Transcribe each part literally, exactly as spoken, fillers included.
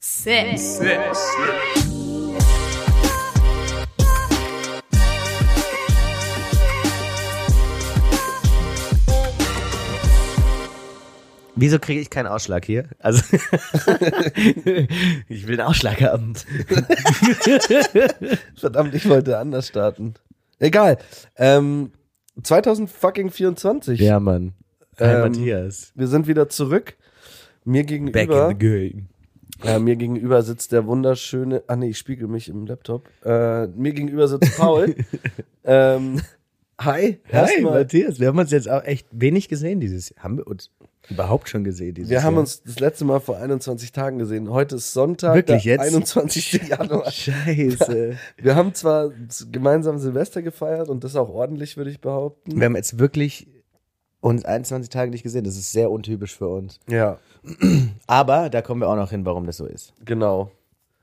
Six. Six. Wieso kriege ich keinen Ausschlag hier? Also ich will einen Ausschlag haben. Verdammt, ich wollte anders starten. Egal. Ähm, zwanzig vierundzwanzig. Ja, Mann. Hi, Ähm, Matthias. Wir sind wieder zurück. Mir Back gegenüber, in the game. äh, mir gegenüber sitzt der wunderschöne, ah nee, ich spiegel mich im Laptop. Äh, mir gegenüber sitzt Paul. ähm, hi. Hi, erstmal. Matthias. Wir haben uns jetzt auch echt wenig gesehen dieses Jahr. Haben wir uns überhaupt schon gesehen dieses Wir Jahr? haben uns das letzte Mal vor einundzwanzig Tagen gesehen. Heute ist Sonntag, Wirklich der jetzt? einundzwanzigsten Januar. Scheiße. Wir haben zwar gemeinsam Silvester gefeiert und das auch ordentlich, würde ich behaupten. Wir haben jetzt wirklich uns einundzwanzig Tage nicht gesehen. Das ist sehr untypisch für uns. Ja, Aber da kommen wir auch noch hin, warum das so ist. genau.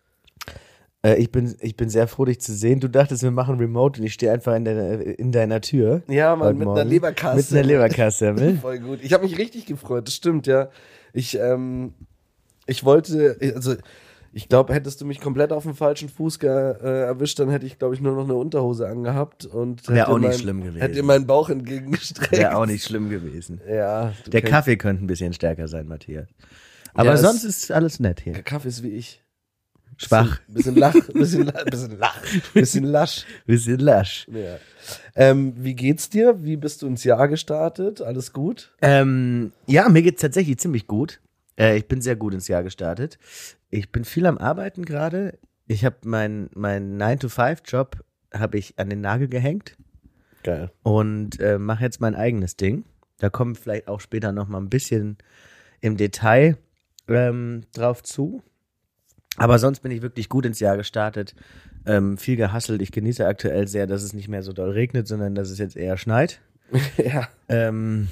Äh, ich bin, ich bin sehr froh, dich zu sehen. Du dachtest, wir machen Remote und ich stehe einfach in deiner, in deiner Tür. Ja, Mann, heute mit Morgen. einer Leberkasse. Mit einer Leberkasse. Voll gut. Ich habe mich richtig gefreut, das stimmt, ja. Ich, ähm, ich wollte, also ich glaube, hättest du mich komplett auf dem falschen Fuß ge äh, erwischt, dann hätte ich, glaube ich, nur noch eine Unterhose angehabt und Wäre hätte auch nicht mein, schlimm gewesen. hätte meinen Bauch entgegengestreckt. Wäre auch nicht schlimm gewesen. Ja. du Der kennst- Kaffee könnte ein bisschen stärker sein, Matthias. Aber Ja, es- sonst ist alles nett hier. Der Kaffee ist wie ich. Schwach, Bisschen lach, bisschen, la- bisschen lach, bisschen lasch. bisschen lasch. Ja. Ähm, wie geht's dir? Wie bist du ins Jahr gestartet? Alles gut? Ähm, ja, mir geht's tatsächlich ziemlich gut. Äh, ich bin sehr gut ins Jahr gestartet. Ich bin viel am Arbeiten gerade. Ich habe meinen mein nine to five Job habe ich an den Nagel gehängt Geil. und äh, mache jetzt mein eigenes Ding. Da kommen wir vielleicht auch später noch mal ein bisschen im Detail ähm, drauf zu. Aber sonst bin ich wirklich gut ins Jahr gestartet. Ähm, viel gehustelt. Ich genieße aktuell sehr, dass es nicht mehr so doll regnet, sondern dass es jetzt eher schneit. Ja. Ähm,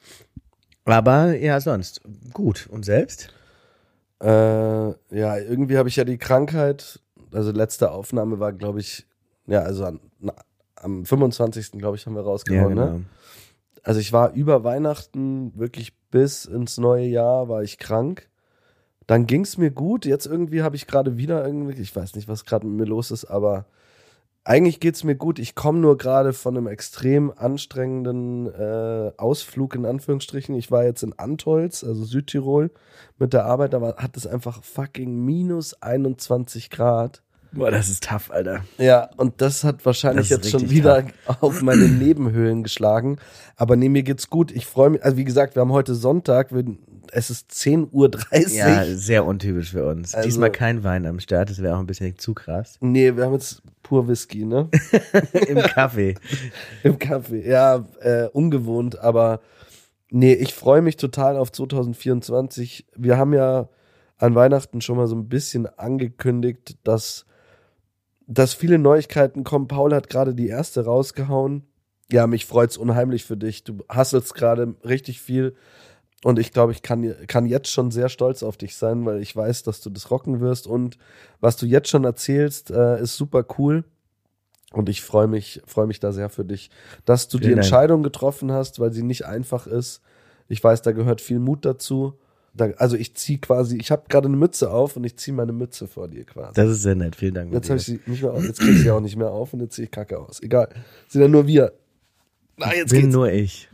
aber ja, sonst gut. Und selbst? Äh, ja, irgendwie habe ich ja die Krankheit, also letzte Aufnahme war, glaube ich, ja, also an, na, am fünfundzwanzigsten glaube ich, haben wir rausgehauen, ne? Also ich war über Weihnachten, wirklich bis ins neue Jahr war ich krank. Dann ging es mir gut, jetzt irgendwie habe ich gerade wieder irgendwie, ich weiß nicht, was gerade mit mir los ist, aber eigentlich geht es mir gut. Ich komme nur gerade von einem extrem anstrengenden äh, Ausflug in Anführungsstrichen. Ich war jetzt in Antholz, also Südtirol, mit der Arbeit, da hat es einfach fucking minus einundzwanzig Grad. Boah, das ist tough, Alter. Ja, und das hat wahrscheinlich Das ist jetzt schon richtig wieder auf meine Nebenhöhlen geschlagen. Aber nee, mir geht's gut. Ich freue mich, also wie gesagt, wir haben heute Sonntag, wir, es ist zehn Uhr dreißig. Ja, sehr untypisch für uns. Also- Diesmal kein Wein am Start, das wäre auch ein bisschen zu krass. Nee, wir haben jetzt pur Whisky, ne? Im Kaffee. Im Kaffee. Ja, äh, ungewohnt, aber nee, ich freue mich total auf zwanzig vierundzwanzig. Wir haben ja an Weihnachten schon mal so ein bisschen angekündigt, dass, dass viele Neuigkeiten kommen. Paul hat gerade die erste rausgehauen. Ja, mich freut's unheimlich für dich. Du hustlest gerade richtig viel. Und ich glaube, ich kann, kann jetzt schon sehr stolz auf dich sein, weil ich weiß, dass du das rocken wirst. Und was du jetzt schon erzählst, äh, ist super cool. Und ich freue mich, freue mich da sehr für dich, dass du Vielen die Dank. Entscheidung getroffen hast, weil sie nicht einfach ist. Ich weiß, da gehört viel Mut dazu. Da, also ich ziehe quasi, ich habe gerade eine Mütze auf und ich ziehe meine Mütze vor dir quasi. Das ist sehr nett, vielen Dank. Jetzt habe ich Matthias. sie nicht mehr auf, jetzt krieg ich sie auch nicht mehr auf und jetzt ziehe ich Kacke aus. Egal. Sind ja nur wir. Na, jetzt Bin geht's. nur ich.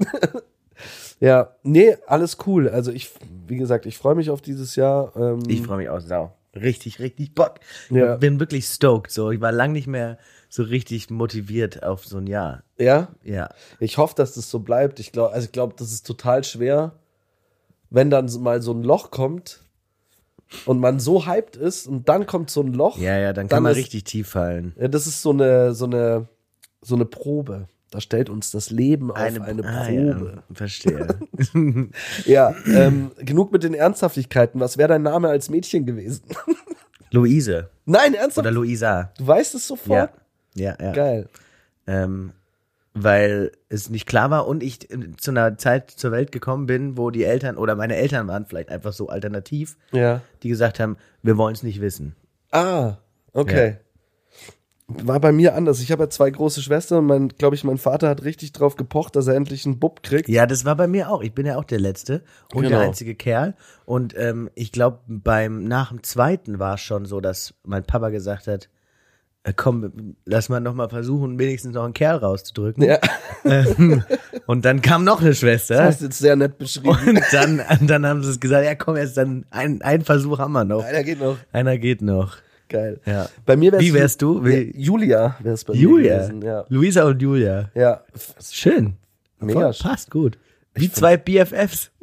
Ja, nee, alles cool. Also ich, wie gesagt, ich freue mich auf dieses Jahr. Ähm, Ich freue mich auch sau. Richtig, richtig Bock. Ja. Ich bin wirklich stoked. So, ich war lang nicht mehr so richtig motiviert auf so ein Jahr. ja, Ja. ich hoffe, dass das so bleibt. Ich glaube, also ich glaube, das ist total schwer, wenn dann so mal so ein Loch kommt und man so hyped ist und dann kommt so ein Loch. Ja, ja, dann Dann kann man ist- richtig tief fallen. Ja, das ist so eine, so eine, so eine Probe. Da stellt uns das Leben auf eine, eine ah, Probe. Ja, verstehe. Ja, ähm, genug mit den Ernsthaftigkeiten. Was wäre dein Name als Mädchen gewesen? Luise Nein, ernsthaft? oder Luisa. Du weißt es Ja, sofort? ja, ja. Geil. Ähm, weil es nicht klar war und ich zu einer Zeit zur Welt gekommen bin, wo die Eltern oder meine Eltern waren vielleicht einfach so alternativ, Ja. die gesagt haben, wir wollen es nicht wissen. Ah, okay. War bei mir anders. Ich habe ja zwei große Schwestern und glaube ich, mein Vater hat richtig drauf gepocht, dass er endlich einen Bub kriegt. Ja, das war bei mir auch. Ich bin ja auch der Letzte und Genau. der einzige Kerl. Und ähm, ich glaube, beim nach dem zweiten war es schon so, dass mein Papa gesagt hat, äh, komm, lass mal noch mal versuchen, wenigstens noch einen Kerl rauszudrücken. Ja. Ähm, und dann kam noch eine Schwester. Das hast du jetzt sehr nett beschrieben. Und dann, dann haben sie es gesagt, ja komm, jetzt dann ein, ein Versuch haben wir noch. Einer geht noch. Einer geht noch. Geil. Ja. Bei mir wär's Wie wärst du? Wie? Julia wär's bei Julia. mir gewesen. Ja. Luisa und Julia. Ja. Schön. Mega Voll, schön. passt gut. Wie zwei B F Fs.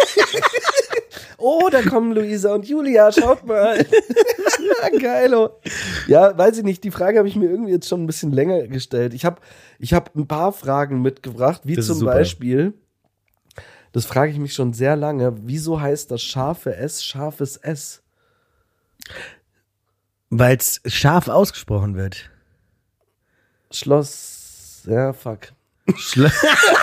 Oh, da kommen Luisa und Julia, schaut mal. Geil. Oh. Ja, weiß ich nicht, die Frage habe ich mir irgendwie jetzt schon ein bisschen länger gestellt. Ich habe ich hab ein paar Fragen mitgebracht, wie Das ist zum super. Beispiel, das frage ich mich schon sehr lange, wieso heißt das scharfe S scharfes S? Weil es scharf ausgesprochen wird. Schloss, ja, fuck. Schlo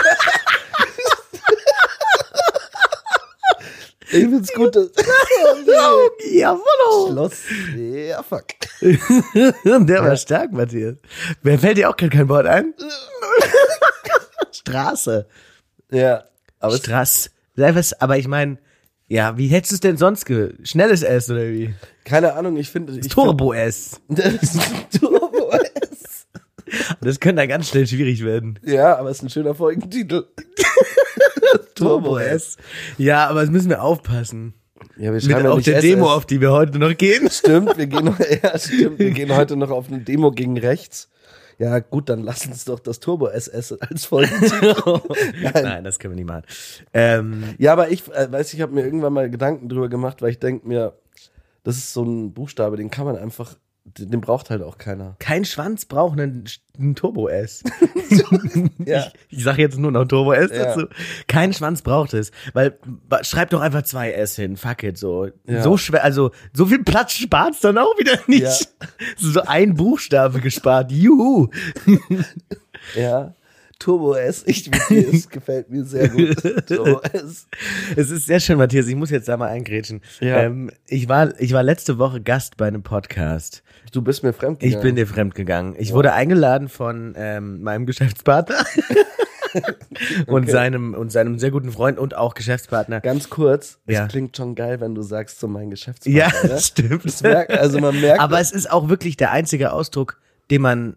Ich find's gut, dass ja, voll. Schloss, ja, fuck. Der war Ja. stark, Matthias. Wer fällt dir auch kein, kein Wort ein? Straße. Ja, aber es, Straß. Aber ich meine, ja, wie hättest du es denn sonst ge... Schnelles S oder wie? keine Ahnung, ich finde, ich Turbo S. find- Das ist Turbo S. Das könnte da ganz schnell schwierig werden. Ja, aber es ist ein schöner Folgentitel. Ja, aber das müssen wir aufpassen. Ja, wir Mit schreiben ja auch nicht der S S. Demo, auf die wir heute noch gehen. Stimmt, wir gehen, ja, stimmt, wir gehen heute noch auf eine Demo gegen rechts. Ja, gut, dann lass uns doch das Turbo S S als Folgentitel. Nein. Nein, das können wir nicht machen. Ähm, Ja, aber ich äh, weiß, ich habe mir irgendwann mal Gedanken drüber gemacht, weil ich denke mir, das ist so ein Buchstabe, den kann man einfach, den, den braucht halt auch keiner. kein Schwanz braucht einen, einen Turbo S. Ja. Ich, ich sage jetzt nur noch Turbo S Ja. dazu. Kein Schwanz braucht es, weil ba- schreib doch einfach zwei S hin. Fuck it, so Ja. so schwer, also so viel Platz spart's dann auch wieder nicht. Ja. So ein Buchstabe gespart. Juhu. Ja, Turbo S, ich mit dir, es gefällt mir sehr gut. Turbo S. Es ist sehr schön, Matthias. Ich muss jetzt da mal eingrätschen. Ja. Ähm, ich war, ich war letzte Woche Gast bei einem Podcast. Du bist mir fremd Ich gegangen. bin dir fremd gegangen. Ich wurde eingeladen von ähm, meinem Geschäftspartner und Okay. seinem und seinem sehr guten Freund und auch Geschäftspartner. Ganz kurz, es Ja. klingt schon geil, wenn du sagst, so mein Geschäftspartner. Ja, ne? das stimmt. Das merkt, also man merkt, Aber es ist auch wirklich der einzige Ausdruck, den man,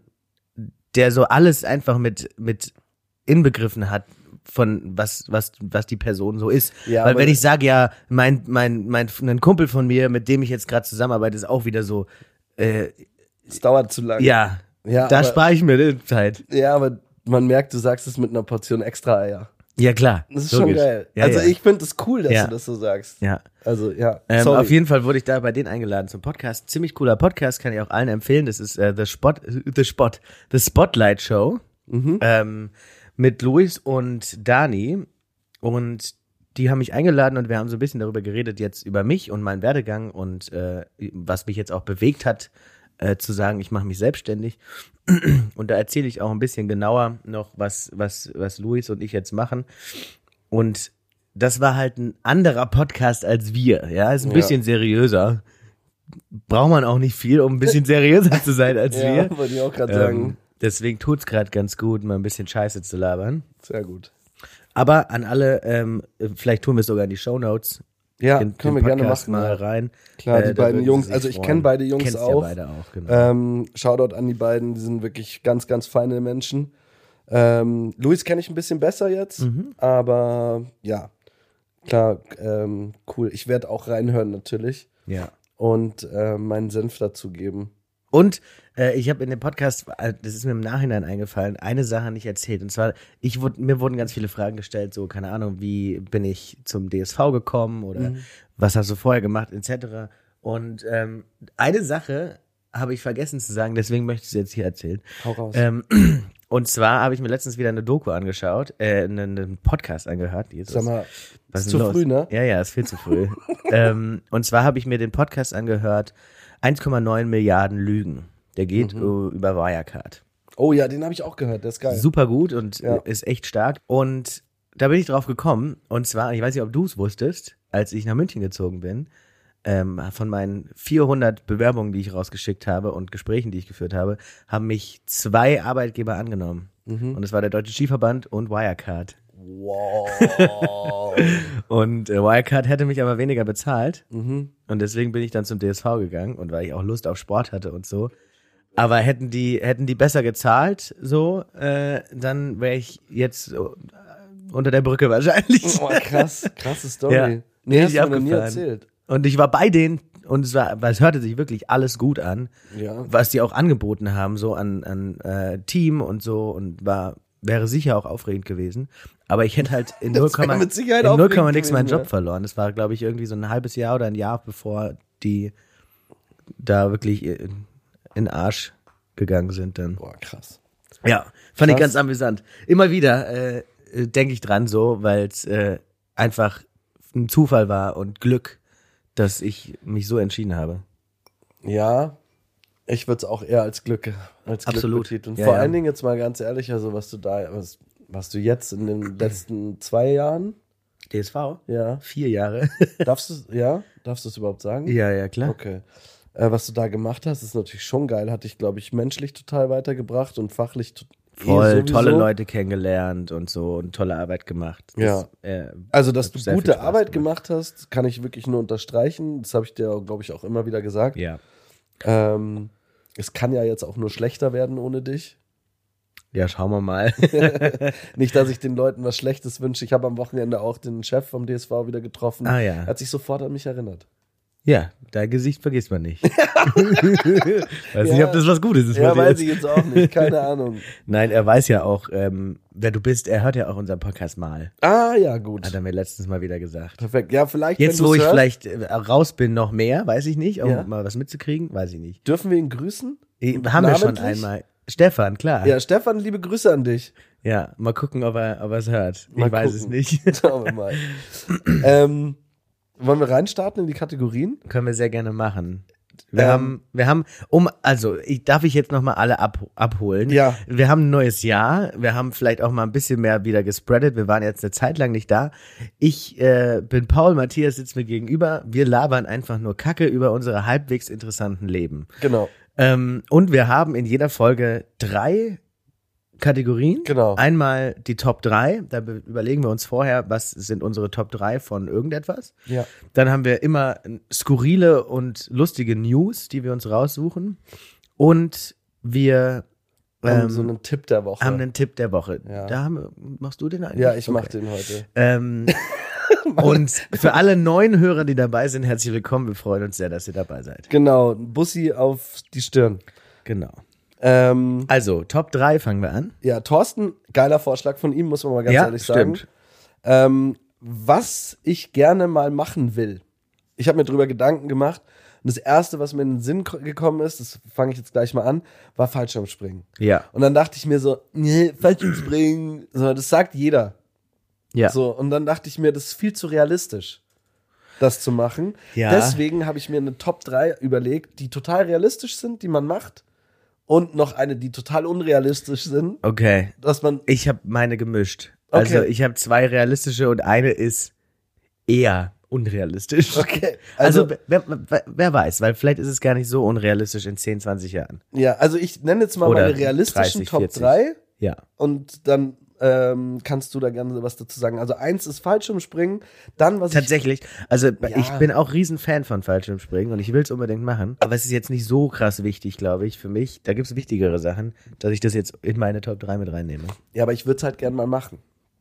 der so alles einfach mit mit inbegriffen hat von was was was die Person so ist. Ja, Weil aber- wenn ich sage, ja, mein mein mein ein Kumpel von mir, mit dem ich jetzt gerade zusammenarbeite, ist auch wieder so, äh, es dauert zu lange. ja, Ja, da aber- spare ich mir die Zeit. Ja, aber man merkt, du sagst es mit einer Portion extra Eier. Ja klar, Das ist logisch. schon geil. Ja, also ja. ich finde es cool, dass Ja. du das so sagst. ja. Also ja, Ähm, sorry. auf jeden Fall wurde ich da bei denen eingeladen zum Podcast. Ziemlich cooler Podcast, kann ich auch allen empfehlen. Das ist äh, The Spot, The Spot, The Spotlight Show Mhm. ähm, mit Luis und Dani. Und die haben mich eingeladen und wir haben so ein bisschen darüber geredet jetzt über mich und meinen Werdegang und äh, was mich jetzt auch bewegt hat, äh, zu sagen, ich mache mich selbstständig. Und da erzähle ich auch ein bisschen genauer noch, was, was, was Luis und ich jetzt machen. Und das war halt ein anderer Podcast als wir. Ja, ist ein Ja. bisschen seriöser. Braucht man auch nicht viel, um ein bisschen seriöser zu sein als ja, wir. wollte ich auch gerade Ähm, sagen. deswegen tut's gerade ganz gut, mal ein bisschen Scheiße zu labern. Sehr gut. Aber an alle, ähm, vielleicht tun wir es sogar in die Shownotes. Ja, den, können den wir gerne Podcast machen. mal ja. rein. Klar, Äh, die da beiden würden Jungs, sie sich also ich freuen. kenne beide Jungs Kennst auch. ja beide auch, genau. Ähm, Shoutout an die beiden, die sind wirklich ganz, ganz feine Menschen. Ähm, Luis kenne ich ein bisschen besser jetzt, Mhm. aber ja, klar, ähm, cool. Ich werde auch reinhören natürlich Ja. und äh, meinen Senf dazu geben. Und äh, ich habe in dem Podcast, äh, das ist mir im Nachhinein eingefallen, eine Sache nicht erzählt. Und zwar, ich wurde, mir wurden ganz viele Fragen gestellt, so, keine Ahnung, wie bin ich zum D S V gekommen oder Mhm. was hast du vorher gemacht, et cetera. Und ähm, eine Sache habe ich vergessen zu sagen, deswegen möchte ich es jetzt hier erzählen. Hau raus. Ähm, und zwar habe ich mir letztens wieder eine Doku angeschaut, äh, einen, einen Podcast angehört. Jesus. Sag mal, Was ist ist zu denn los? früh, ne? Ja, ja, ist viel zu früh. ähm, und zwar habe ich mir den Podcast angehört, eins Komma neun Milliarden Lügen. Der geht Mhm. äh, über Wirecard. Oh ja, den habe ich auch gehört, der ist geil. Super gut und Ja. äh, ist echt stark. Und da bin ich drauf gekommen. Und zwar, ich weiß nicht, ob du es wusstest, als ich nach München gezogen bin, ähm, von meinen vierhundert Bewerbungen, die ich rausgeschickt habe und Gesprächen, die ich geführt habe, haben mich zwei Arbeitgeber angenommen. Mhm. Und es war der Deutsche Skiverband und Wirecard. Wow. Und äh, Wirecard hätte mich aber weniger bezahlt. Mhm. Und deswegen bin ich dann zum D S V gegangen und weil ich auch Lust auf Sport hatte und so. Aber hätten die, hätten die besser gezahlt, so, äh, dann wäre ich jetzt so, äh, unter der Brücke wahrscheinlich. Oh, krass, krasse Story. Ja, nee, hast richtig du mir noch nie abgefahren. erzählt. Und ich war bei denen und es war, weil es hörte sich wirklich alles gut an, Ja. was die auch angeboten haben, so an, an äh, Team und so und war, wäre sicher auch aufregend gewesen. Aber ich hätte halt in null Komma mit Sicherheit in null aufregend Komma nix gewesen, meinen Job ja. verloren. Das war, glaube ich, irgendwie so ein halbes Jahr oder ein Jahr, bevor die da wirklich in, in Arsch gegangen sind dann. Boah, krass. Ja, fand ich Krass. ganz amüsant. Immer wieder äh, denke ich dran so, weil es äh, einfach ein Zufall war und Glück, dass ich mich so entschieden habe. Ja, ich würde es auch eher als Glück, als Glück Absolut. betiteln. Ja, Vor ja. allen Dingen jetzt mal ganz ehrlich, also was du da, was, was du jetzt in den letzten zwei Jahren, D S V? ja, Vier Jahre. darfst du, ja, darfst du es überhaupt sagen? ja, ja, klar. Okay. Äh, was du da gemacht hast, ist natürlich schon geil. Hat dich, glaube ich, menschlich total weitergebracht und fachlich to- eh Voll sowieso. tolle Leute kennengelernt und so und tolle Arbeit gemacht. Ja. äh, Also, dass hat du sehr viel gute Spaß Arbeit gemacht hast, kann ich wirklich nur unterstreichen. Das habe ich dir, glaube ich, auch immer wieder gesagt. Ja. Ähm, es kann ja jetzt auch nur schlechter werden ohne dich. Ja, schauen wir mal. Nicht, dass ich den Leuten was Schlechtes wünsche. Ich habe am Wochenende auch den Chef vom D S V wieder getroffen. Ah, ja. Er hat sich sofort an mich erinnert. Ja, dein Gesicht vergisst man nicht. Weiß nicht, Ja. ob das was Gutes ist. Ja, bei dir weiß jetzt. ich jetzt auch nicht. Keine Ahnung. Nein, er weiß ja auch, ähm, wer du bist. Er hört ja auch unseren Podcast mal. Ah, ja, gut. Hat er mir letztens mal wieder gesagt. Perfekt. Ja, vielleicht, Jetzt, wenn wo du's ich hörst, vielleicht äh, raus bin, noch mehr, weiß ich nicht, um Ja. mal was mitzukriegen, weiß ich nicht. dürfen wir ihn grüßen? Eh, Haben wir schon Namentlich? einmal. Stefan, klar. Ja, Stefan, liebe Grüße an dich. Ja, mal gucken, ob er ob er es hört. Mal ich weiß gucken. es nicht. Schauen wir mal. ähm, wollen wir reinstarten in die Kategorien? Können wir sehr gerne machen. Wir Ähm. haben, wir haben, um, also, ich, darf ich jetzt nochmal alle ab, abholen? Ja. Wir haben ein neues Jahr. Wir haben vielleicht auch mal ein bisschen mehr wieder gespreadet. Wir waren jetzt eine Zeit lang nicht da. Ich äh, bin Paul, Matthias sitzt mir gegenüber. Wir labern einfach nur Kacke über unsere halbwegs interessanten Leben. Genau. Ähm, und wir haben in jeder Folge drei Kategorien. Genau. Einmal die Top drei. Da be- überlegen wir uns vorher, was sind unsere Top drei von irgendetwas. Ja. Dann haben wir immer skurrile und lustige News, die wir uns raussuchen. Und wir Ähm, ähm, so einen Tipp der Woche. haben einen Tipp der Woche. Ja. Da haben wir, machst du den eigentlich? ja, ich Okay. mach den heute. Ähm, und für alle neuen Hörer, die dabei sind, herzlich willkommen. Wir freuen uns sehr, dass ihr dabei seid. Genau, ein Bussi auf die Stirn. Genau. Ähm, Also, Top drei fangen wir an. ja, Thorsten, geiler Vorschlag von ihm, muss man mal ganz Ja, ehrlich sagen. stimmt. Ähm, was ich gerne mal machen will. Ich habe mir drüber Gedanken gemacht. Und das Erste, was mir in den Sinn ko- gekommen ist, das fange ich jetzt gleich mal an, war Fallschirmspringen. Ja. Und dann dachte ich mir so, nee, Fallschirmspringen, so, das sagt jeder. Ja. So, und dann dachte ich mir, das ist viel zu realistisch, das zu machen. Ja. Deswegen habe ich mir eine Top drei überlegt, die total realistisch sind, die man macht. Und noch eine, die total unrealistisch sind, Okay. dass man. Ich habe meine gemischt. Also, Okay. ich habe zwei realistische und eine ist eher unrealistisch. Okay. Also, Also, wer, wer, wer weiß, weil vielleicht ist es gar nicht so unrealistisch in zehn, zwanzig Jahren. ja, also ich nenne jetzt mal Oder meine realistischen dreißig, Top vierzig. drei Ja. und dann ähm, kannst du da gerne was dazu sagen. Also eins ist Fallschirmspringen, dann was Tatsächlich. Also, Ja. ich bin auch riesen Fan von Fallschirmspringen und ich will es unbedingt machen. Aber es ist jetzt nicht so krass wichtig, glaube ich, für mich. Da gibt es wichtigere Sachen, dass ich das jetzt in meine Top drei mit reinnehme. ich. Ja, aber ich würde es halt gerne mal machen.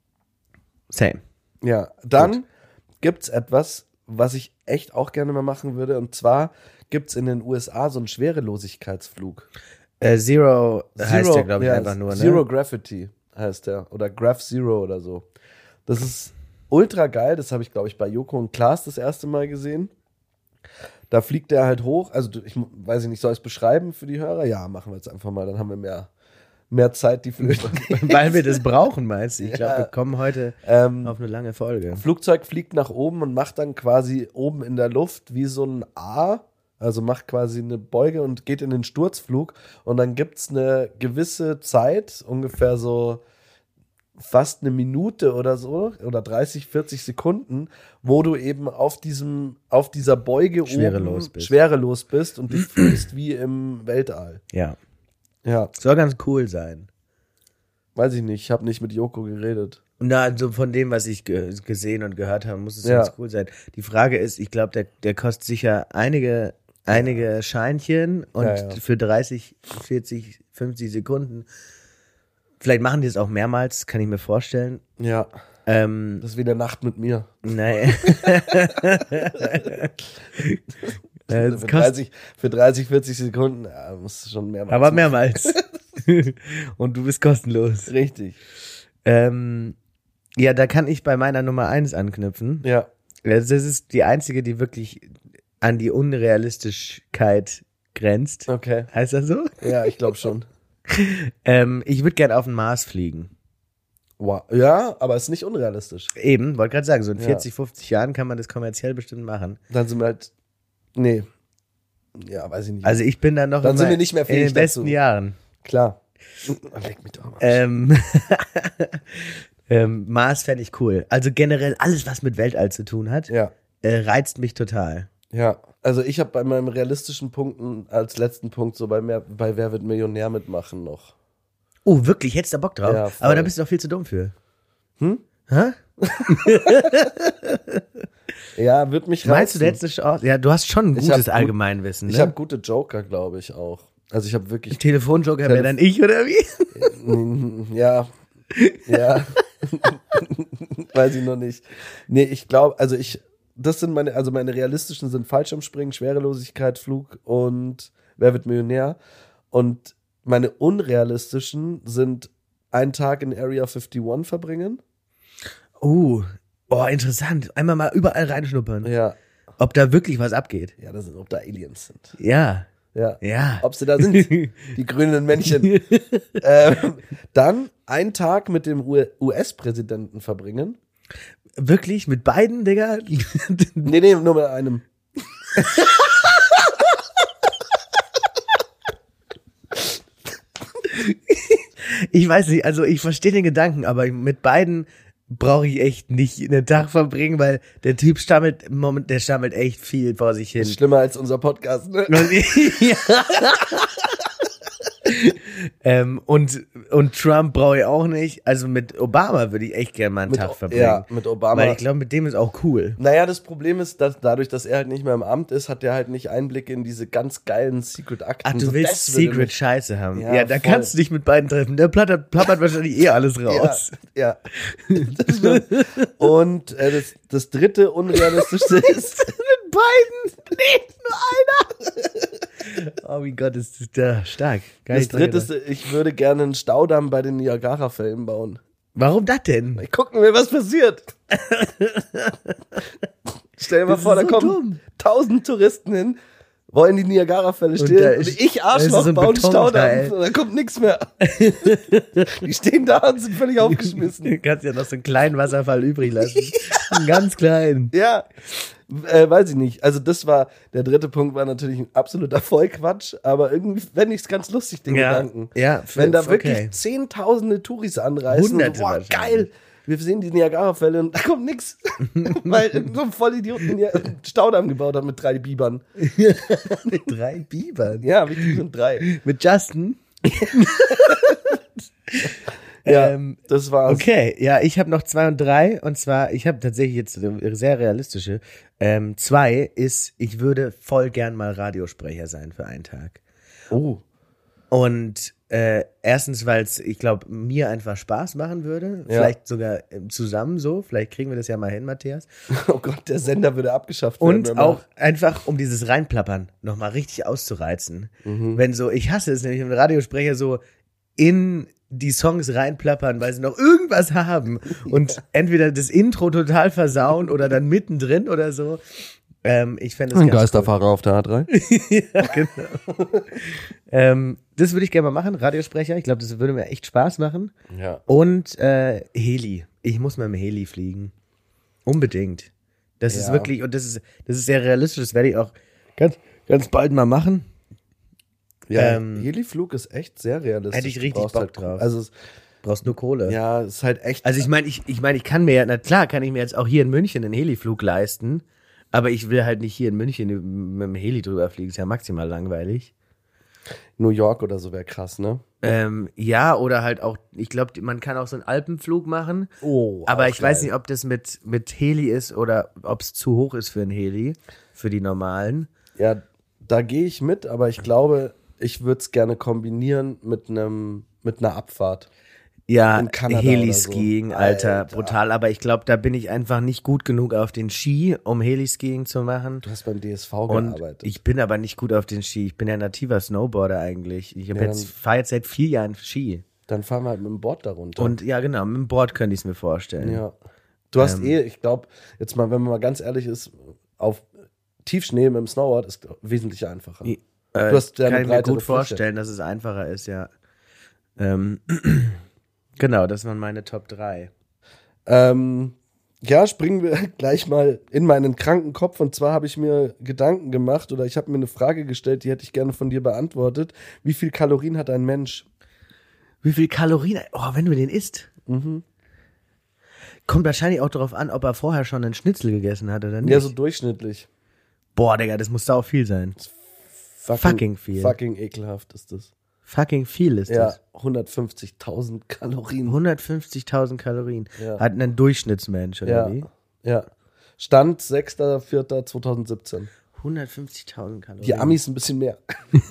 Same. Ja, dann gibt's etwas, was ich echt auch gerne mal machen würde. Und zwar gibt's in den U S A so einen Schwerelosigkeitsflug. Äh, Zero, heißt der, glaube ich, ja, einfach nur, ne? Zero Gravity heißt der. Oder Graph Zero oder so. Das ist ultra geil. Das habe ich, glaube ich, bei Joko und Klaas das erste Mal gesehen. Da fliegt der halt hoch. Also, du- ich mu- weiß ich nicht, soll ich es beschreiben für die Hörer? Ja, machen wir jetzt einfach mal. Dann haben wir mehr, mehr Zeit, die Flüge. Weil wir das brauchen, meinst du? Ich glaube, Ja. wir kommen heute ähm, auf eine lange Folge. Flugzeug fliegt nach oben und macht dann quasi oben in der Luft wie so ein A, also macht quasi eine Beuge und geht in den Sturzflug und dann gibt's eine gewisse Zeit, ungefähr so fast eine Minute oder so oder dreißig, vierzig Sekunden, wo du eben auf diesem, auf dieser Beuge schwerelos oben bist. schwerelos bist und dich fühlst wie im Weltall. Ja. Ja, Soll ganz cool sein. weiß ich nicht, ich habe nicht mit Joko geredet. Und da, also von dem, was ich ge- gesehen und gehört habe, muss es Ja. ganz cool sein. Die Frage ist, ich glaube, der, der kostet sicher einige, einige Scheinchen und Ja, ja. für dreißig, vierzig, fünfzig Sekunden. Vielleicht machen die es auch mehrmals, kann ich mir vorstellen. Ja, Ähm, das ist wie eine Nacht mit mir. nein. Äh, das Für kostet- dreißig, für dreißig, vierzig Sekunden, ja, musst du schon mehrmals. aber mehrmals. Und du bist kostenlos. Richtig. Ähm, ja, da kann ich bei meiner Nummer eins anknüpfen. Ja. Das ist die einzige, die wirklich an die Unrealistischkeit grenzt. Okay. Heißt das so? Ja, ich glaube schon. Ähm, ich würde gern auf den Mars fliegen. Wow. Ja, aber ist nicht unrealistisch. Eben, wollte gerade sagen, so in Ja. vierzig, fünfzig Jahren kann man das kommerziell bestimmt machen. Dann sind wir halt. Nee. Ja, weiß ich nicht. Also ich bin dann noch Dann immer sind wir nicht mehr in fähig den besten dazu. Jahren. Klar. Leck mich doch mal. Ähm, ähm, Mars fände ich cool. Also generell alles, was mit Weltall zu tun hat, Ja. äh, reizt mich total. Ja. Also ich habe bei meinem realistischen Punkten als letzten Punkt so bei, mehr, bei Wer wird Millionär mitmachen noch. Oh, wirklich? Hättest du Bock drauf? Ja, voll. Aber da bist du doch viel zu dumm für. Hm? Hä? Ja, wird mich Meinst du, du reizen. hättest eine Chance? Ja, du hast schon ein Ich gutes hab gut- Allgemeinwissen, ne? Ich habe gute Joker, glaube ich auch. Also ich habe wirklich. Telefonjoker Tele- wäre dann ich, oder wie? Ja. Ja. Weiß ich noch nicht. Nee, ich glaube, also ich, das sind meine, also meine realistischen sind Fallschirmspringen, Schwerelosigkeit, Flug und Wer wird Millionär. Und meine unrealistischen sind einen Tag in Area einundfünfzig verbringen. Oh, oh, interessant. Einmal mal überall reinschnuppern. Ja. Ob da wirklich was abgeht. Ja, das sind, ob da Aliens sind. Ja, Ja. ja. Ob sie da sind, die grünen Männchen. ähm, dann einen Tag mit dem U S-Präsidenten verbringen. Wirklich? Mit beiden, Digga? Nee, nee, nur mit einem. Ich weiß nicht, also ich verstehe den Gedanken, aber mit beiden brauche ich echt nicht einen Tag verbringen, weil der Typ stammelt, Moment, der stammelt echt viel vor sich hin. Ist schlimmer als unser Podcast, ne? ja. ähm, und, und Trump brauche ich auch nicht. Also mit Obama würde ich echt gerne mal einen Mit Tag O- verbringen. ja, mit Obama. Weil ich glaube, mit dem ist auch cool. Naja, das Problem ist, dass dadurch, dass er halt nicht mehr im Amt ist, hat er halt nicht Einblick in diese ganz geilen Secret-Akten. Ach, du So, willst das würde Secret mich- Scheiße haben. Ja, Ja, da voll. kannst du dich mit beiden treffen. Der plappert, plappert wahrscheinlich eh alles raus. Ja, ja. Das stimmt. Und äh, das, das dritte Unrealistischste ist, Mit beiden? Nee, nur einer. Oh mein Gott, ist das da stark. Gar das nicht dran dritte gedacht. ist, ich würde gerne einen Staudamm bei den Niagara-Fällen bauen. Warum das denn? Gucken wir, was passiert. Stell dir mal Das vor, ist da so kommen dumm. tausend Touristen hin, wollen die Niagara-Fälle da stehen und, ist- ich da ist Arschloch so ein baue einen Betonteil. Staudamm und da kommt nichts mehr. Die stehen da und sind völlig aufgeschmissen. Du kannst ja noch so einen kleinen Wasserfall übrig lassen. Einen ganz kleinen. Ja, äh, weiß ich nicht. Also das war, der dritte Punkt war natürlich ein absoluter Vollquatsch, aber irgendwie fände ich es ganz lustig, den Ja, Gedanken. ja, Wenn da okay. wirklich zehntausende Touris anreisen, Hunderte und so, boah, wahrscheinlich. geil, wir sehen die Niagara-Fälle und da kommt nix. Weil so ein Vollidioten einen Staudamm gebaut hat mit drei Bibern. Mit drei Bibern. Ja, wie viel sind drei? Mit Justin. Ja, Ähm, das war's. Okay, ja, ich habe noch zwei und drei. Und zwar, ich habe tatsächlich jetzt eine sehr realistische. Ähm, zwei ist, ich würde voll gern mal Radiosprecher sein für einen Tag. Oh. Und äh, erstens, weil es, ich glaube, mir einfach Spaß machen würde. Ja. Vielleicht sogar äh, zusammen so. Vielleicht kriegen wir das ja mal hin, Matthias. Oh Gott, der Sender würde abgeschafft werden. Und danach. auch einfach, um dieses Reinplappern nochmal richtig auszureizen. Mhm. Wenn so, ich hasse es nämlich, wenn Radiosprecher so in die Songs reinplappern, weil sie noch irgendwas haben und entweder das Intro total versauen oder dann mittendrin oder so. Ähm, ich fände das Ein ganz Geisterfahrer auf der A drei. cool. Ja, genau. ähm, das würde ich gerne mal machen, Radiosprecher. Ich glaube, das würde mir echt Spaß machen. Ja. Und äh, Heli. Ich muss mal mit dem Heli fliegen. Unbedingt. Das ist Ja. wirklich, und das ist, das ist sehr realistisch, das werde ich auch ganz, ganz bald mal machen. Ja, Ähm, Heliflug ist echt sehr realistisch. hätte ich Du richtig brauchst Bock halt, drauf. Also es, Brauchst nur Kohle. Ja, ist halt echt. Also ich meine, ich, ich meine, ich kann mir, na klar, kann ich mir jetzt auch hier in München einen Heliflug leisten, aber ich will halt nicht hier in München mit dem Heli drüber fliegen, ist ja maximal langweilig. New York oder so wäre krass, ne? Ähm, ja, oder halt auch, ich glaube, man kann auch so einen Alpenflug machen, Oh, aber ich geil. weiß nicht, ob das mit, mit Heli ist oder ob es zu hoch ist für einen Heli, für die normalen. Ja, da gehe ich mit, aber ich glaube, ich würde es gerne kombinieren mit einem mit einer Abfahrt. Ja, In Kanada Heliskiing, oder so. Alter, Alter. brutal, aber ich glaube, da bin ich einfach nicht gut genug auf den Ski, um Heliskiing zu machen. Du hast beim D S V Und gearbeitet. ich bin aber nicht gut auf den Ski. Ich bin ja nativer Snowboarder eigentlich. Ich hab Ja, jetzt dann- fahre jetzt seit vier Jahren Ski. Dann fahren wir halt mit dem Board da runter. Und ja, genau, mit dem Board könnte ich es mir vorstellen. ja. Du hast Ähm. eh, ich glaube, jetzt mal, wenn man mal ganz ehrlich ist, auf Tiefschnee mit dem Snowboard ist wesentlich einfacher. Äh, Du hast ja eine kann ich mir breitere gut Fläche. vorstellen, dass es einfacher ist, ja. Ähm, genau, das waren meine Top drei. Ähm, ja, springen wir gleich mal in meinen kranken Kopf. Und zwar habe ich mir Gedanken gemacht oder ich habe mir eine Frage gestellt, die hätte ich gerne von dir beantwortet. Wie viel Kalorien hat ein Mensch? Wie viel Kalorien? Oh, wenn du den isst. Mhm. Kommt wahrscheinlich auch darauf an, ob er vorher schon einen Schnitzel gegessen hat oder nicht. Ja, so durchschnittlich. Boah, Digga, das muss sau viel sein. Fucking viel. Fucking ekelhaft ist das. Fucking viel ist Ja, das. hundertfünfzigtausend Kalorien. hundertfünfzigtausend Kalorien. Ja. Hat ein Durchschnittsmensch, oder Ja, wie? ja. Stand sechster vierter zweitausendsiebzehn. hundertfünfzigtausend Kalorien. Die Amis ein bisschen mehr.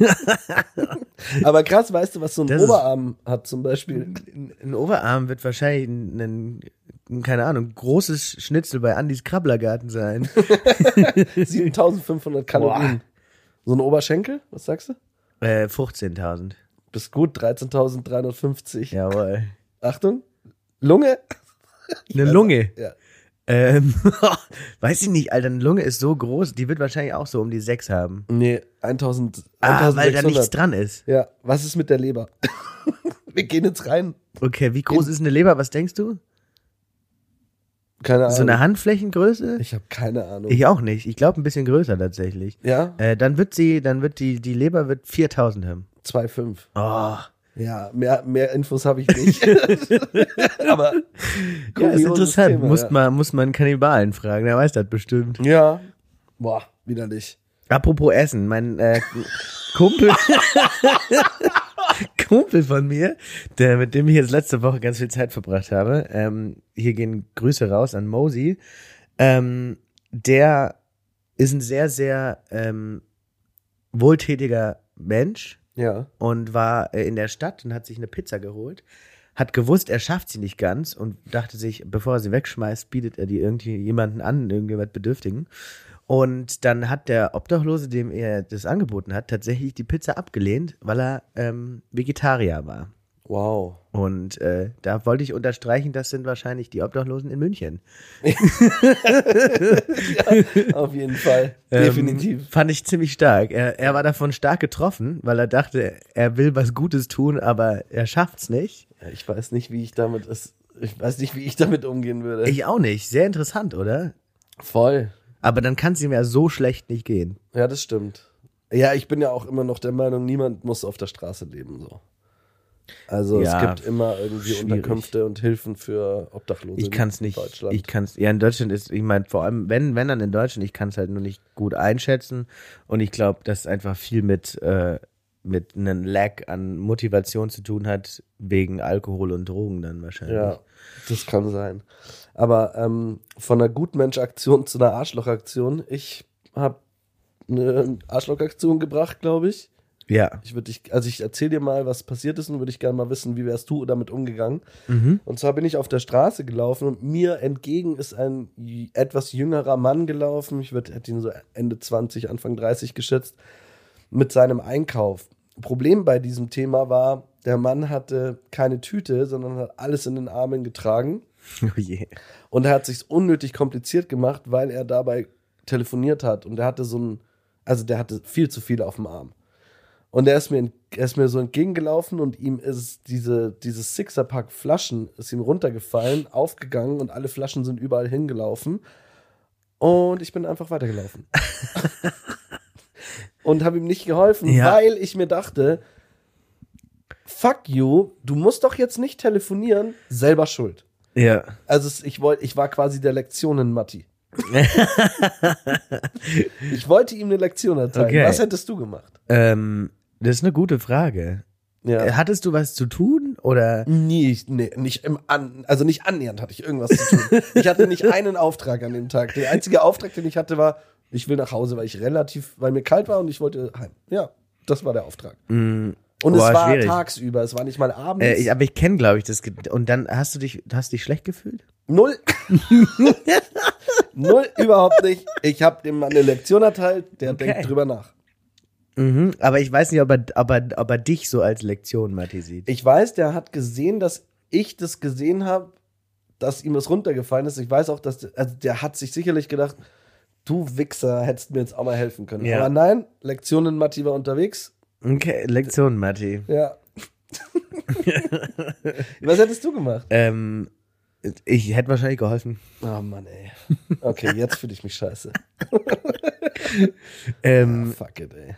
Aber krass, weißt du, was so ein Das ist- Oberarm hat zum Beispiel? Ein, ein Oberarm wird wahrscheinlich ein, ein, keine Ahnung, großes Schnitzel bei Andys Krabblergarten sein. siebentausendfünfhundert Kalorien. So ein Oberschenkel, was sagst du? äh, fünfzehntausend. Bist gut, dreizehntausenddreihundertfünfzig. Jawohl. Achtung, Lunge. Eine Lunge. Ja. Ähm, weiß ich nicht, Alter, eine Lunge ist so groß, die wird wahrscheinlich auch so um die sechs haben. Nee, eintausend, Ah, weil da nichts eintausendsechshundert. dran ist. Ja, was ist mit der Leber? Wir gehen jetzt rein. Okay, wie groß ist eine Leber, was denkst du? Keine Ahnung. So eine Handflächengröße? Ich habe keine Ahnung. Ich auch nicht. Ich glaube ein bisschen größer tatsächlich. ja, Äh, dann wird sie, dann wird die, die Leber wird viertausend haben. zwei Komma fünf. Oh. Ja, mehr, mehr Infos habe ich nicht. Aber Ja, ist kurioses interessant. Thema, muss, ja. man, muss man Kannibalen fragen, der weiß das bestimmt. Ja. Boah, widerlich. Apropos Essen, mein äh, Kumpel, Kumpel von mir, der, mit dem ich jetzt letzte Woche ganz viel Zeit verbracht habe, ähm, hier gehen Grüße raus an Mosi, ähm, der ist ein sehr, sehr ähm, wohltätiger Mensch Ja. und war äh, in der Stadt und hat sich eine Pizza geholt, hat gewusst, er schafft sie nicht ganz und dachte sich, bevor er sie wegschmeißt, bietet er die irgendwie jemanden an, irgendjemand Bedürftigen. Und dann hat der Obdachlose, dem er das angeboten hat, tatsächlich die Pizza abgelehnt, weil er ähm, Vegetarier war. Wow. Und äh, da wollte ich unterstreichen, das sind wahrscheinlich die Obdachlosen in München. Auf jeden Fall. Ähm, Definitiv. Fand ich ziemlich stark. Er, er war davon stark getroffen, weil er dachte, er will was Gutes tun, aber er schafft's nicht. Ja, ich weiß nicht, wie ich damit ist. Ich weiß nicht, wie ich damit umgehen würde. Ich auch nicht. Sehr interessant, oder? Voll. Aber dann kann es ihm ja so schlecht nicht gehen. Ja, das stimmt. Ja, ich bin ja auch immer noch der Meinung, niemand muss auf der Straße leben, so. Also Ja, es gibt immer irgendwie schwierig. Unterkünfte und Hilfen für Obdachlose Ich kann es in nicht. Deutschland. Ich kann es. Ja, in Deutschland ist, ich meine, vor allem, wenn, wenn dann in Deutschland, ich kann es halt nur nicht gut einschätzen. Und ich glaube, dass einfach viel mit, äh, mit einem Lack an Motivation zu tun hat, wegen Alkohol und Drogen dann wahrscheinlich. Ja, das kann sein. Aber ähm, von einer Gutmensch-Aktion zu einer Arschloch-Aktion. Ich habe eine Arschloch-Aktion gebracht, glaube ich. Ja. Ich würde dich, also ich erzähle dir mal, was passiert ist und würde ich gerne mal wissen, wie wärst du damit umgegangen. Mhm. Und zwar bin ich auf der Straße gelaufen und mir entgegen ist ein j- etwas jüngerer Mann gelaufen. Ich würd, hätte ihn so Ende zwanzig, Anfang dreißig geschätzt, mit seinem Einkauf. Problem bei diesem Thema war, der Mann hatte keine Tüte, sondern hat alles in den Armen getragen. Oh je. Und er hat sich unnötig kompliziert gemacht, weil er dabei telefoniert hat. Und er hatte so ein, also der hatte viel zu viel auf dem Arm. Und er ist mir, ent- er ist mir so entgegengelaufen und ihm ist diese, dieses Sixer-Pack Flaschen ist ihm runtergefallen, aufgegangen und alle Flaschen sind überall hingelaufen. Und ich bin einfach weitergelaufen. Und habe ihm nicht geholfen, Ja. weil ich mir dachte, fuck you, du musst doch jetzt nicht telefonieren, selber schuld. Ja. Also es, ich wollte, ich war quasi der Lektionen-Matti. Ich wollte ihm eine Lektion erteilen. Okay. Was hättest du gemacht? Ähm, das ist eine gute Frage. Ja. Hattest du was zu tun oder? Nie, nee, nicht im an, also nicht annähernd hatte ich irgendwas zu tun. Ich hatte nicht einen Auftrag an dem Tag. Der einzige Auftrag, den ich hatte, war, ich will nach Hause, weil ich relativ, weil mir kalt war und ich wollte heim. Ja, das war der Auftrag. Mm, und es boah, war schwierig. tagsüber, es war nicht mal abends. Äh, ich, aber ich kenne, glaube ich, das. Ge- Und dann hast du dich, hast dich schlecht gefühlt? Null. Null, überhaupt nicht. Ich habe dem Mann eine Lektion erteilt, der Okay. denkt drüber nach. Mhm, aber ich weiß nicht, ob er, ob, er, ob er dich so als Lektion, Matti, sieht. Ich weiß, der hat gesehen, dass ich das gesehen habe, dass ihm das runtergefallen ist. Ich weiß auch, dass der, also der hat sich sicherlich gedacht, du Wichser, hättest mir jetzt auch mal helfen können. Ja. Aber nein, Lektionen Matti war unterwegs. Okay, Lektion, Matti. Ja. Was hättest du gemacht? Ähm, ich hätte wahrscheinlich geholfen. Oh Mann, ey. Okay, jetzt fühle ich mich scheiße. Ähm, Fuck it, ey.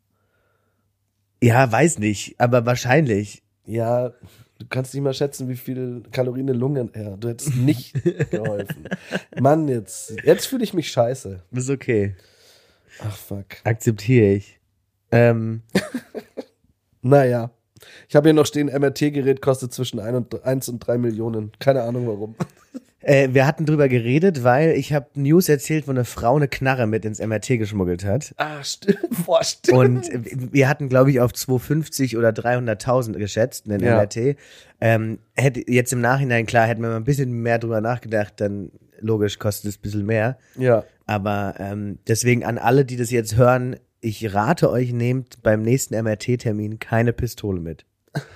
ja, weiß nicht, aber wahrscheinlich. Ja, du kannst nicht mal schätzen, wie viel Kalorien eine Lunge. Ja, du hättest nicht geholfen. Mann, jetzt, jetzt fühle ich mich scheiße. Ist okay. Ach, fuck. Akzeptiere ich. Ähm, Naja. Ich habe hier noch stehen, M R T-Gerät kostet zwischen eins und drei Millionen. Keine Ahnung warum. äh, wir hatten drüber geredet, weil ich habe News erzählt, wo eine Frau eine Knarre mit ins M R T geschmuggelt hat. Ah, stimmt. Boah, stimmt. Und wir hatten, glaube ich, auf zweihundertfünfzig oder dreihunderttausend geschätzt, den Ja. M R T. Ähm, hätte jetzt im Nachhinein, klar, hätten wir mal ein bisschen mehr drüber nachgedacht, dann logisch kostet es ein bisschen mehr. Ja. Aber ähm, deswegen an alle, die das jetzt hören, ich rate euch, nehmt beim nächsten M R T-Termin keine Pistole mit.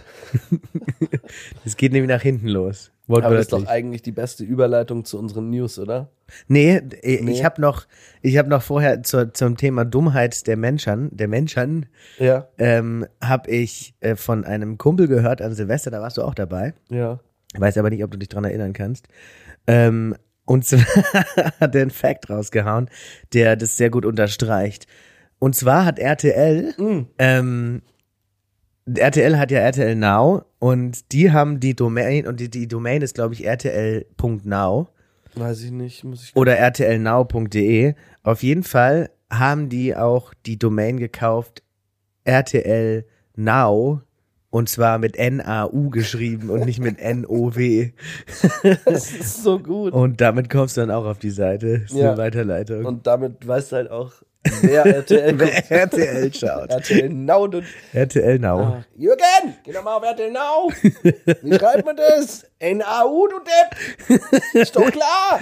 Das geht nämlich nach hinten los. Aber das ist doch Wortwörtlich. eigentlich die beste Überleitung zu unseren News, oder? Nee, ich Nee. habe noch, ich habe noch vorher zur, zum Thema Dummheit der Menschen, der Menschen, Ja. ähm, habe ich äh, von einem Kumpel gehört an Silvester, da warst du auch dabei. Ja. Ich weiß aber nicht, ob du dich dran erinnern kannst. Ähm, und zwar hat er einen Fact rausgehauen, der das sehr gut unterstreicht. Und zwar hat R T L, Mm. ähm, R T L hat ja R T L Now und die haben die Domain, und die, die Domain ist, glaube ich, R T L Punkt now Weiß ich nicht, muss ich. oder R T L now Punkt de. Auf jeden Fall haben die auch die Domain gekauft, R T L Now, und zwar mit N A U geschrieben und nicht mit N O W. Das ist so gut. Und damit kommst du dann auch auf die Seite. Das ist Ja. eine Weiterleitung. Und damit weißt du halt auch, wer R T L guckt. Wer R T L schaut. R T L Now. Und, R T L Now. ah, Jürgen, geh doch mal auf R T L Now. Wie schreibt man das? N A U, du Depp. Ist doch klar.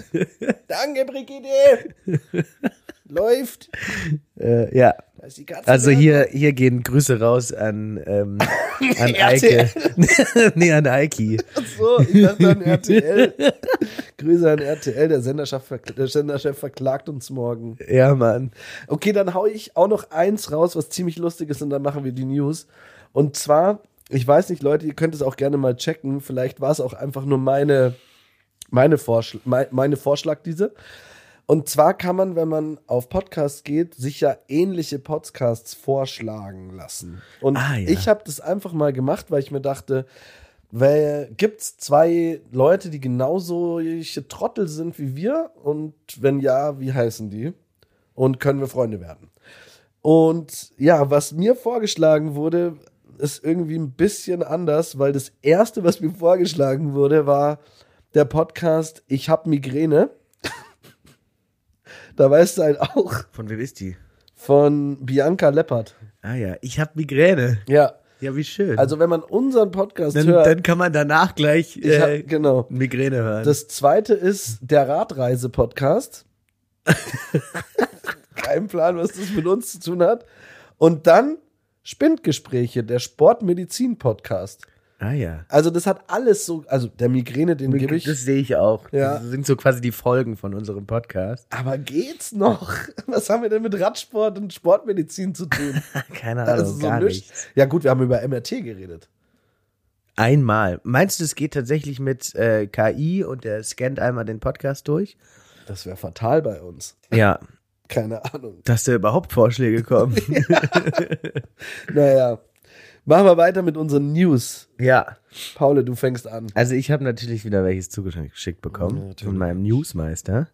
Danke, Brigitte. Läuft. Äh, ja. Da ist die Katze Also da. hier, hier gehen Grüße raus an, ähm, an R T L. Eike. Nee, an Eiki. Ach so, ich dachte an R T L. Grüße an R T L, der Senderchef, der Senderchef verklagt uns morgen. Ja, Mann. Okay, dann hau ich auch noch eins raus, was ziemlich lustig ist, und dann machen wir die News. Und zwar, ich weiß nicht, Leute, ihr könnt es auch gerne mal checken. Vielleicht war es auch einfach nur meine, meine, Vorschl- mein, meine Vorschlag, diese. Und zwar kann man, wenn man auf Podcasts geht, sich ja ähnliche Podcasts vorschlagen lassen. Und Ah, ja. ich habe das einfach mal gemacht, weil ich mir dachte, weil gibt's zwei Leute, die genauso Trottel sind wie wir? Und wenn ja, wie heißen die? Und können wir Freunde werden? Und ja, was mir vorgeschlagen wurde, ist irgendwie ein bisschen anders, weil das erste, was mir vorgeschlagen wurde, war der Podcast Ich hab Migräne. Da weißt du halt auch Von wem ist die? von Bianca Leppert. Ah ja, ich hab Migräne. Ja, Ja, wie schön. also wenn man unseren Podcast dann, hört, dann kann man danach gleich ich hab, äh, genau. Migräne hören. Das zweite ist der Radreise-Podcast. Kein Plan, was das mit uns zu tun hat. Und dann Spindgespräche, der Sportmedizin-Podcast. ah ja. Also das hat alles so, also der Migräne, den gebe ich. Das sehe ich auch. Ja. Das sind so quasi die Folgen von unserem Podcast. Aber geht's noch? Was haben wir denn mit Radsport und Sportmedizin zu tun? Keine Ahnung, Also so gar nichts. nichts. Ja gut, wir haben über M R T geredet. Einmal. Meinst du, es geht tatsächlich mit äh, K I und der scannt einmal den Podcast durch? Das wäre fatal bei uns. Ja. Keine Ahnung. Dass da überhaupt Vorschläge kommen. Naja. Machen wir weiter mit unseren News. Ja. Paul, du fängst an. Also ich habe natürlich wieder welches zugeschickt bekommen Ja, von meinem Newsmeister.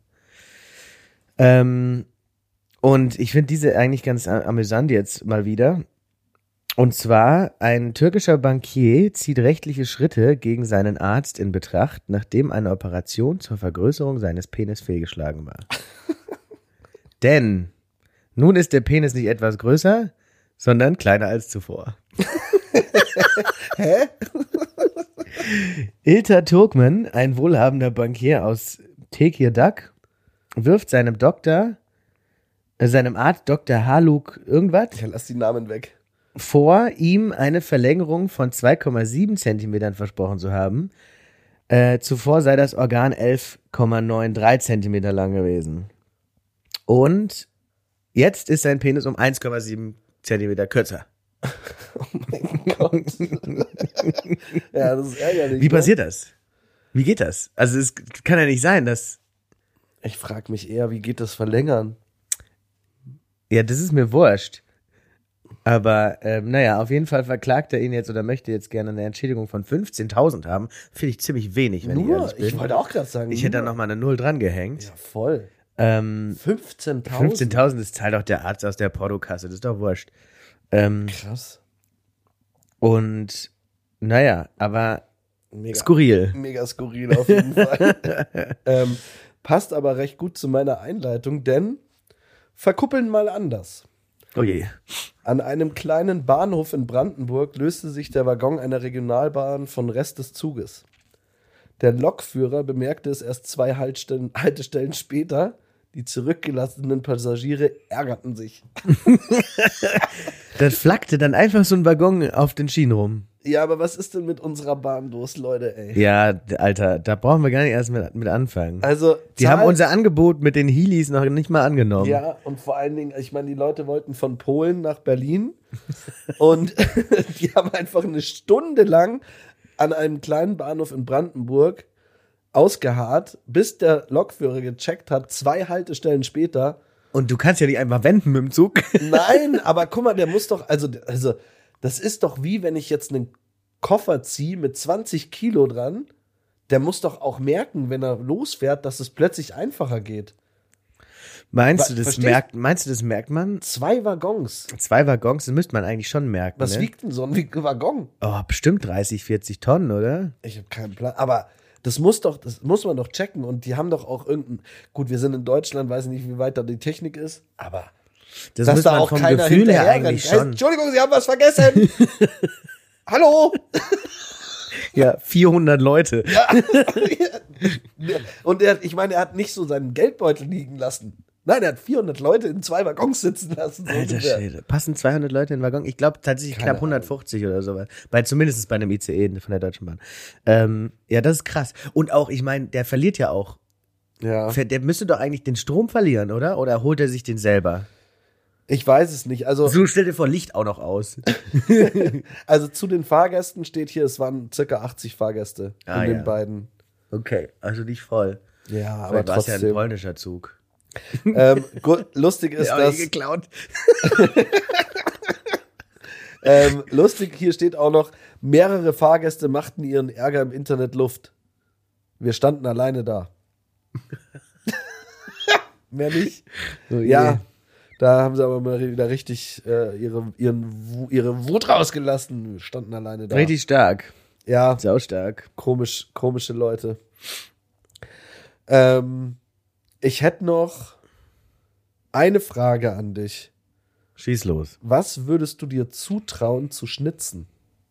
Ähm, und ich finde diese eigentlich ganz amüsant jetzt mal wieder. Und zwar, ein türkischer Bankier zieht rechtliche Schritte gegen seinen Arzt in Betracht, nachdem eine Operation zur Vergrößerung seines Penis fehlgeschlagen war. Denn nun ist der Penis nicht etwas größer, sondern kleiner als zuvor. Hä? Ilter Turkmen, ein wohlhabender Bankier aus Tekirdağ, wirft seinem Doktor, äh, seinem Arzt Doktor Haluk irgendwas Ja, lass die Namen weg. vor, ihm eine Verlängerung von zwei Komma sieben Zentimetern versprochen zu haben. Äh, zuvor sei das Organ elf Komma dreiundneunzig Zentimeter lang gewesen. Und jetzt ist sein Penis um eins Komma sieben Zentimeter kürzer. Oh mein Gott. Ja, das ist ärgerlich. Wie ne? passiert das? Wie geht das? Also es kann ja nicht sein, dass... Ich frage mich eher, wie geht das Verlängern? Ja, das ist mir wurscht. Aber ähm, naja, auf jeden Fall verklagt er ihn jetzt oder möchte jetzt gerne eine Entschädigung von fünfzehntausend haben. Finde ich ziemlich wenig, wenn ich Nur? ehrlich bin. Ich wollte auch gerade sagen. Ich hätte da nur. nochmal eine Null dran gehängt. Ja, voll. Ähm, fünfzehntausend? fünfzehntausend, das zahlt auch der Arzt aus der Portokasse, das ist doch wurscht. Ähm, Krass. und naja, aber Mega, skurril. mega skurril auf jeden Fall. ähm, passt aber recht gut zu meiner Einleitung, denn verkuppeln mal anders. Oh je. An einem kleinen Bahnhof in Brandenburg löste sich der Waggon einer Regionalbahn von Rest des Zuges. Der Lokführer bemerkte es erst zwei Haltestellen, Haltestellen später. Die zurückgelassenen Passagiere ärgerten sich. Das flackte dann einfach so ein Waggon auf den Schienen rum. Ja, aber was ist denn mit unserer Bahn los, Leute, ey? Ja, Alter, da brauchen wir gar nicht erst mit, mit anfangen. Also, Die Zahl- haben unser Angebot mit den Heelys noch nicht mal angenommen. Ja, und vor allen Dingen, ich meine, die Leute wollten von Polen nach Berlin und die haben einfach eine Stunde lang an einem kleinen Bahnhof in Brandenburg ausgeharrt, bis der Lokführer gecheckt hat, zwei Haltestellen später. Und du kannst ja nicht einfach wenden mit dem Zug. Nein, aber guck mal, der muss doch, also, also das ist doch wie, wenn ich jetzt einen Koffer ziehe mit zwanzig Kilo dran, der muss doch auch merken, wenn er losfährt, dass es plötzlich einfacher geht. Meinst du, Wa- das verstehst- merkt, meinst du, das merkt man? Zwei Waggons. Zwei Waggons, das müsste man eigentlich schon merken. Was ne? wiegt denn so ein Waggon? Oh, bestimmt dreißig, vierzig Tonnen, oder? Ich habe keinen Plan. Aber das muss doch, das muss man doch checken. Und die haben doch auch irgendein. Gut, wir sind in Deutschland, weiß nicht, wie weit da die Technik ist, aber Das dass muss da man auch vom keiner Gefühl her hinterher rennt. eigentlich Heißt, schon. Entschuldigung, Sie haben was vergessen. Hallo? Ja, vierhundert Leute. Und er, ich meine, er hat nicht so seinen Geldbeutel liegen lassen. Nein, er hat vierhundert Leute in zwei Waggons sitzen lassen. So Alter ungefähr. Schwede. Passen zweihundert Leute in den Waggon? Ich glaube tatsächlich Keine knapp hundertfünfzig oder sowas. Bei, zumindest bei einem I C E von der Deutschen Bahn. Ähm, ja, das ist krass. Und auch, ich meine, der verliert ja auch. Ja. Der müsste doch eigentlich den Strom verlieren, oder? Oder holt er sich den selber? Ich weiß es nicht. Also, So, stell dir vor, Licht auch noch aus. also zu den Fahrgästen steht hier, es waren circa achtzig Fahrgäste Ah, in den ja. beiden. Okay, also nicht voll. Ja, aber Vielleicht war es ja ein trotzdem. polnischer Zug. ähm, gu- lustig ist, Ja, dass geklaut. ähm, lustig hier steht auch noch: Mehrere Fahrgäste machten ihren Ärger im Internet Luft. Wir standen alleine da. Mehr nicht. So, Ja, da haben sie aber mal wieder richtig äh, ihre, ihren, Wu- ihre Wut rausgelassen. Wir standen alleine da. Richtig stark. Ja, Sau stark. komisch, komische Leute. Ähm, ich hätte noch eine Frage an dich. Schieß los. Was würdest du dir zutrauen zu schnitzen?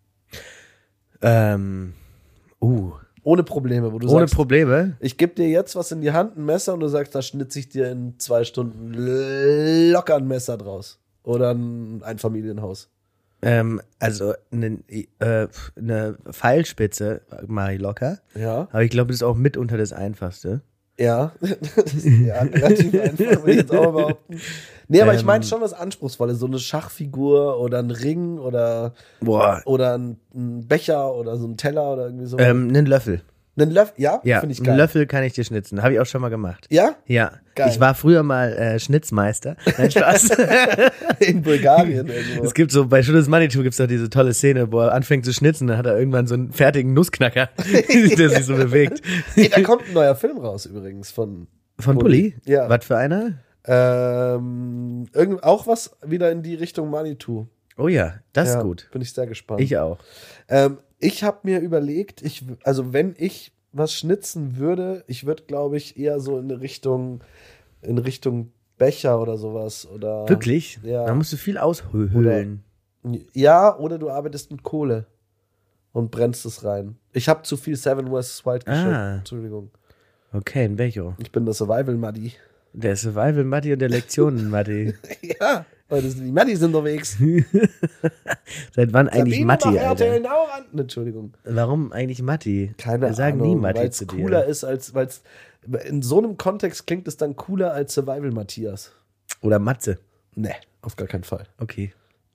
Ähm, uh, Ohne Probleme, wo du ohne sagst, Probleme. ich gebe dir jetzt was in die Hand, ein Messer, und du sagst, da schnitze ich dir in zwei Stunden locker ein Messer draus. Oder ein Einfamilienhaus. Ähm, also eine, äh, eine Pfeilspitze mache ich locker. Ja. Aber ich glaube, das ist auch mitunter das Einfachste. Ja. Das ist, ja, relativ einfach, würde ich jetzt auch mal behaupten. Nee, aber ich Ähm. meine schon was Anspruchsvolles. So eine Schachfigur oder ein Ring oder, Boah. oder ein, ein Becher oder so ein Teller oder irgendwie so. Ähm, einen Löffel. Einen Löffel, ja, Ja, finde ich einen geil. Löffel kann ich dir schnitzen. Habe ich auch schon mal gemacht. Ja? Ja, Geil. ich war früher mal äh, Schnitzmeister. Nein, Spaß. In Bulgarien irgendwo. Es gibt so, bei Schultes Manitou gibt es doch diese tolle Szene, wo er anfängt zu schnitzen, dann hat er irgendwann so einen fertigen Nussknacker, der sich so bewegt. Hey, da kommt ein neuer Film raus übrigens von Von Bulli? Ja. Was für einer? Ähm, irgend, auch was wieder in die Richtung Manitou. Oh ja, das Ja, ist gut. Bin ich sehr gespannt. Ich auch. Ähm, ich habe mir überlegt, ich, w- also wenn ich was schnitzen würde, ich würde, glaube ich, eher so in eine Richtung, in Richtung Becher oder sowas. Oder, Wirklich? Ja. Da musst du viel aushöhlen. Ja, oder du arbeitest mit Kohle und brennst es rein. Ich habe zu viel Seven versus. Wild geschickt. Ah. Entschuldigung. Okay, in welcher? Ich bin der Survival-Muddy. Der Survival-Matti und der Lektionen-Matti. Ja, weil das, die Muddys sind unterwegs. Seit wann eigentlich Sabine Matti, nach R T L Alter? Now ran. Entschuldigung. Warum eigentlich Matti? Keine Wir sagen Ahnung, nie Matti weil's zu dir. cooler ist als, weil es in so einem Kontext klingt es dann cooler als Survival Matthias. Oder Matze. Nee, auf gar keinen Fall. Okay.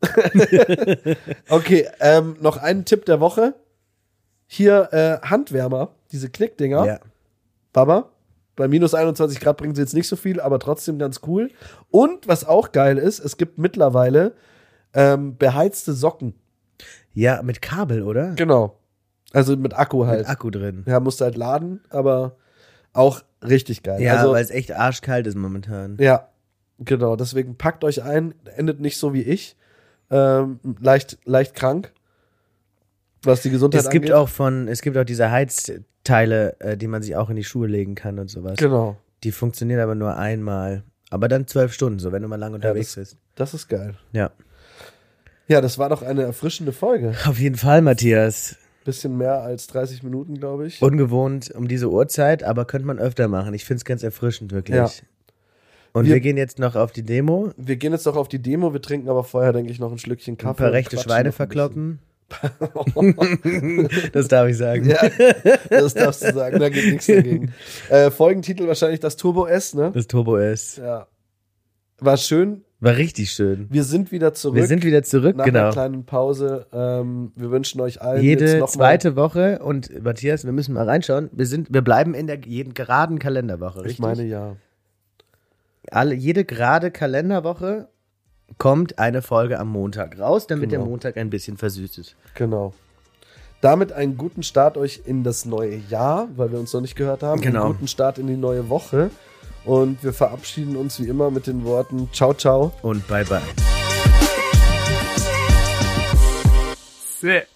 Okay, ähm, noch einen Tipp der Woche. Hier äh, Handwärmer, diese Klickdinger. Ja. Baba, bei minus einundzwanzig Grad bringen sie jetzt nicht so viel, aber trotzdem ganz cool. Und was auch geil ist, es gibt mittlerweile ähm, beheizte Socken. Ja, mit Kabel, oder? Genau. Also mit Akku halt. Mit Akku drin. Ja, musst du halt laden, aber auch richtig geil. Ja, also, weil es echt arschkalt ist momentan. ja, genau. Deswegen packt euch ein, endet nicht so wie ich. Ähm, leicht, leicht krank, was die Gesundheit Es gibt angeht. auch von, es gibt auch diese Heizteile, äh, die man sich auch in die Schuhe legen kann und sowas. Genau. Die funktionieren aber nur einmal. Aber dann zwölf Stunden, so wenn du mal lang unterwegs das- bist. Das ist geil. Ja. Ja, das war doch eine erfrischende Folge. Auf jeden Fall, Matthias. Bisschen mehr als dreißig Minuten, glaube ich. Ungewohnt um diese Uhrzeit, aber könnte man öfter machen. Ich finde es ganz erfrischend, wirklich. Ja. Und Wir- wir, gehen jetzt noch auf die Demo, Wir gehen jetzt doch auf die Demo, wir trinken aber vorher, denke ich, noch ein Schlückchen ein Kaffee. paar und rechte quatschen Schweine noch ein verkloppen. Das darf ich sagen. bisschen. Ja, das darfst du sagen, da geht nichts dagegen. Äh, Folgentitel wahrscheinlich das Turbo S, ne? Das Turbo S. Ja. War schön. War richtig schön. Wir sind wieder zurück. Wir sind wieder zurück, nach einer genau. kleinen Pause. Ähm, wir wünschen euch allen jetzt Jede noch zweite Woche und Matthias, wir müssen mal reinschauen. Wir sind, wir bleiben in der jeden geraden Kalenderwoche, Mal, richtig? ich meine ja. Alle, jede gerade Kalenderwoche kommt eine Folge am Montag raus, damit Genau. der Montag ein bisschen versüßt ist. Genau. Damit einen guten Start euch in das neue Jahr, weil wir uns noch nicht gehört haben. Genau. Einen guten Start in die neue Woche. Und wir verabschieden uns wie immer mit den Worten Ciao, ciao. Und bye bye. Sehr.